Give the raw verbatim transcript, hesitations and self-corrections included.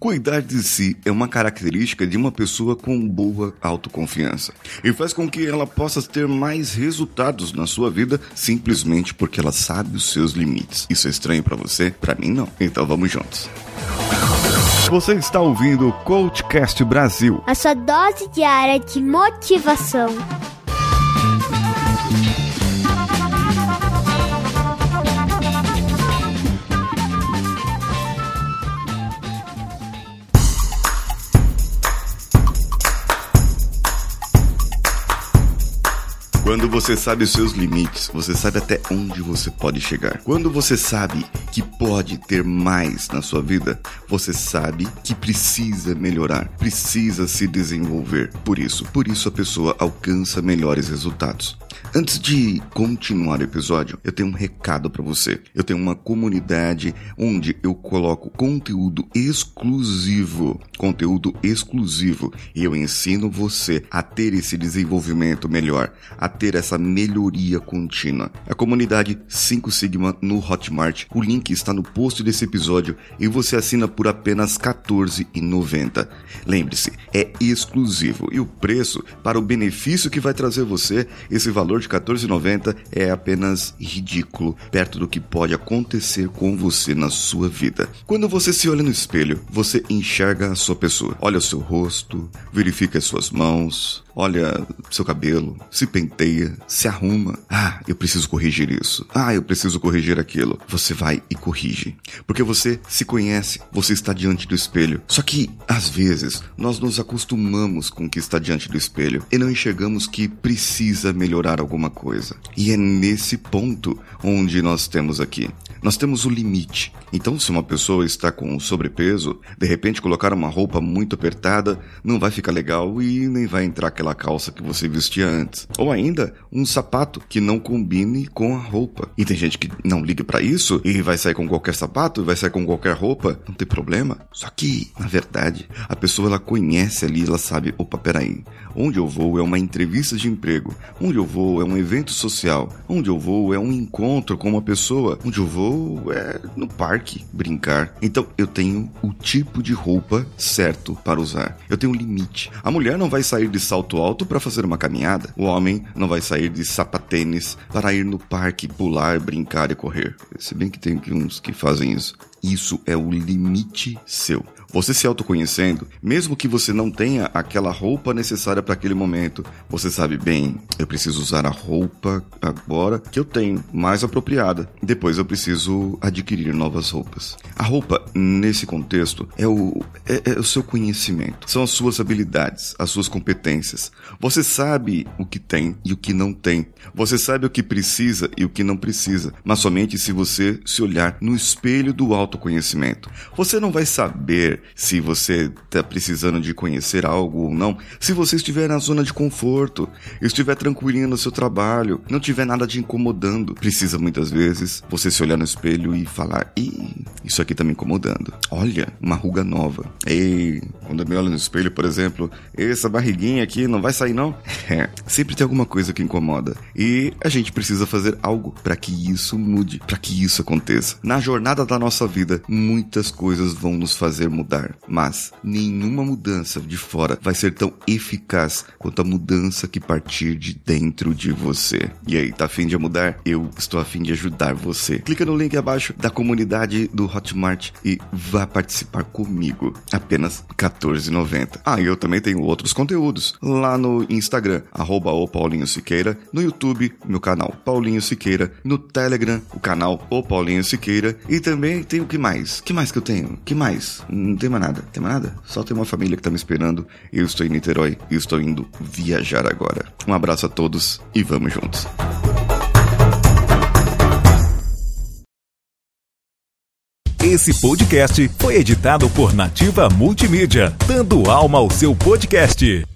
Cuidar de si é uma característica de uma pessoa com boa autoconfiança e faz com que ela possa ter mais resultados na sua vida simplesmente porque ela sabe os seus limites. Isso é estranho pra você? Pra mim não. Então vamos juntos. Você está ouvindo o Coachcast Brasil, a sua dose diária de motivação. Quando você sabe os seus limites, você sabe até onde você pode chegar. Quando você sabe que pode ter mais na sua vida, você sabe que precisa melhorar, precisa se desenvolver. Por isso, por isso a pessoa alcança melhores resultados. Antes de continuar o episódio, eu tenho um recado para você. Eu tenho uma comunidade onde eu coloco conteúdo exclusivo, conteúdo exclusivo, e eu ensino você a ter esse desenvolvimento melhor, a ter essa melhoria contínua. A comunidade cinco Sigma no Hotmart, o link está no post desse episódio e você assina por apenas quatorze reais e noventa centavos. Lembre-se, é exclusivo e o preço para o benefício que vai trazer você, esse valor de quatorze reais e noventa centavos é apenas ridículo perto do que pode acontecer com você na sua vida. Quando você se olha no espelho, você enxerga a sua pessoa. Olha o seu rosto, verifica as suas mãos, olha seu cabelo, se penteia, se arruma. Ah, eu preciso corrigir isso. Ah, eu preciso corrigir aquilo. Você vai e corrige. Porque você se conhece, você está diante do espelho. Só que, às vezes, nós nos acostumamos com o que está diante do espelho e não enxergamos que precisa melhorar alguma coisa. E é nesse ponto onde nós temos aqui. Nós temos o limite. Então, se uma pessoa está com sobrepeso, de repente colocar uma roupa muito apertada não vai ficar legal e nem vai entrar aquela calça que você vestia antes. Ou ainda, um sapato que não combine com a roupa. E tem gente que não liga pra isso e vai sair com qualquer sapato e vai sair com qualquer roupa. Não tem problema. Só que, na verdade, a pessoa ela conhece ali, ela sabe, opa, peraí. Onde eu vou é uma entrevista de emprego. Onde eu vou é um evento social. Onde eu vou é um encontro com uma pessoa. Onde eu vou é no parque, brincar. Então eu tenho o tipo de roupa certo para usar. Eu tenho um limite. A mulher não vai sair de salto alto para fazer uma caminhada. O homem não vai sair de sapatênis para ir no parque, pular, brincar e correr. Se bem que tem uns que fazem isso. Isso é o limite seu. Você se autoconhecendo, mesmo que você não tenha aquela roupa necessária para aquele momento, você sabe bem, eu preciso usar a roupa agora que eu tenho, mais apropriada. Depois eu preciso adquirir novas roupas. A roupa, nesse contexto, é o, é, é o seu conhecimento. São as suas habilidades, as suas competências. Você sabe o que tem e o que não tem. Você sabe o que precisa e o que não precisa, mas somente se você se olhar no espelho do autoconhecimento. Você não vai saber se você está precisando de conhecer algo ou não, se você estiver na zona de conforto, estiver tranquilinho no seu trabalho, não tiver nada te incomodando. Precisa muitas vezes você se olhar no espelho e falar, ih, isso aqui tá me incomodando. Olha, uma ruga nova. Ei, quando eu me olho no espelho, por exemplo, essa barriguinha aqui não vai sair não? É, sempre tem alguma coisa que incomoda. E a gente precisa fazer algo para que isso mude, para que isso aconteça. Na jornada da nossa vida, muitas coisas vão nos fazer mudar. Mas nenhuma mudança de fora vai ser tão eficaz quanto a mudança que partir de dentro de você. E aí, tá afim de mudar? Eu estou afim de ajudar você. Clica no link abaixo da comunidade do Hotmart e vá participar comigo. Apenas quatorze reais e noventa centavos. Ah, e eu também tenho outros conteúdos lá no Instagram, arroba o Paulinho Siqueira, no YouTube, meu canal Paulinho Siqueira, no Telegram, o canal O Paulinho Siqueira, e também tem o que mais? que mais que eu tenho? que mais? Não tem mais nada, tem mais nada. Só tem uma família que tá me esperando. Eu estou em Niterói e estou indo viajar agora. Um abraço a todos e vamos juntos. Esse podcast foi editado por Nativa Multimídia, dando alma ao seu podcast.